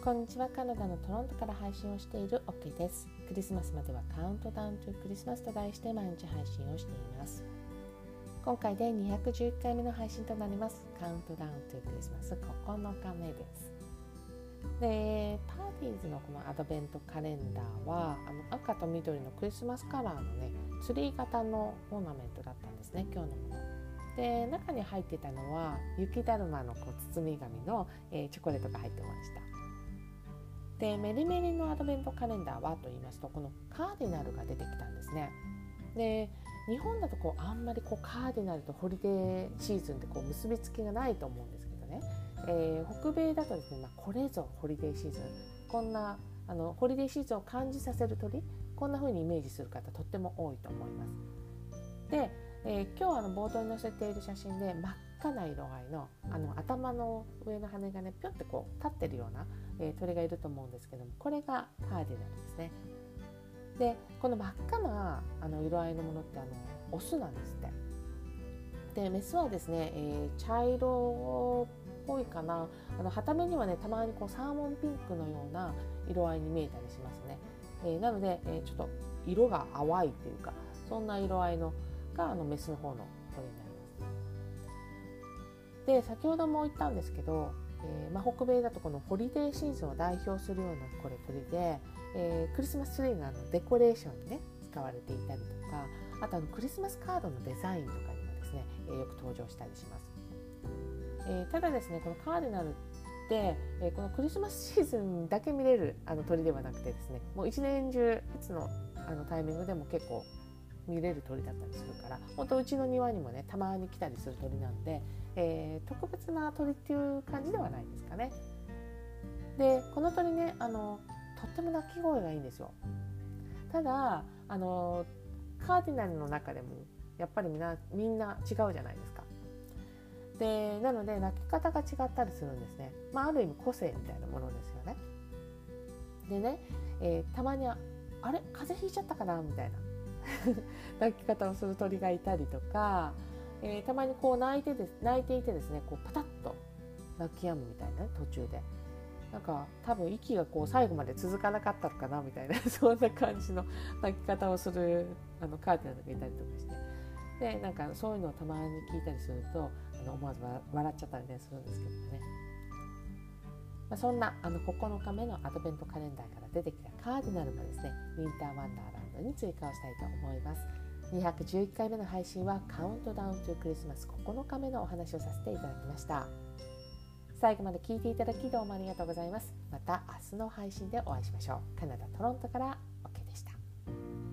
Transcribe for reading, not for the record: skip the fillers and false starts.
こんにちは。カナダのトロントから配信をしている OK です。クリスマスまではカウントダウントゥクリスマスと題して毎日配信をしています。今回で211回目の配信となります。カウントダウントゥクリスマス9日目です。で、パーティーズのこのアドベントカレンダーは赤と緑のクリスマスカラーのねツリー型のオーナメントだったんですね、今日のもので。中に入ってたのは雪だるまの包み紙の、チョコレートが入ってました。で、メリメリのアドベントカレンダーはと言いますと、このカーディナルが出てきたんですね。で、日本だとあんまりカーディナルとホリデーシーズンって結びつきがないと思うんですけどね、北米だとですね、これぞホリデーシーズン、こんなホリデーシーズンを感じさせる鳥、こんな風にイメージする方とっても多いと思います。で、今日冒頭に載せている写真で真っ赤な色合いの頭の上の羽がねぴょって立ってるような、鳥がいると思うんですけども、これがカーディナルですね。で、この真っ赤な色合いのものってオスなんですって。で、メスはですね、茶色っぽいかな、傍目にはねたまにサーモンピンクのような色合いに見えたりしますね。なので、ちょっと色が淡いというか、そんな色合いのがメスの方の鳥になります。で、先ほども言ったんですけど、北米だとこのホリデーシーズンを代表するようなこれ鳥で、クリスマスツリーのデコレーションにね使われていたりとか、あとクリスマスカードのデザインとかにもですね、よく登場したりします。ただですね、このカーディナルって、このクリスマスシーズンだけ見れる鳥ではなくてですね、もう一年中いつのタイミングでも結構見れる鳥だったりするから、本当うちの庭にもねたまに来たりする鳥なんで、特別な鳥っていう感じではないですかね。で、この鳥ねとっても鳴き声がいいんですよ。ただカーディナルの中でもやっぱりみんな違うじゃないですか。で、なので鳴き方が違ったりするんですね。ある意味個性みたいなものですよね。でね、たまにあれ風邪ひいちゃったかなみたいな鳴き方をする鳥がいたりとか、たまに鳴いていてですね、パタッと泣き止むみたいな、途中で多分息が最後まで続かなかったのかなみたいなそんな感じの泣き方をするカーディナルがいたりとかして、でそういうのをたまに聞いたりすると思わず笑っちゃったりするんですけどね。そんな9日目のアドベントカレンダーから出てきたカーディナルがですね、ウィンターワンダーランドに追加をしたいと思います。211回目の配信はカウントダウントゥクリスマス9日目のお話をさせていただきました。最後まで聞いていただきどうもありがとうございます。また明日の配信でお会いしましょう。カナダ・トロントから OK でした。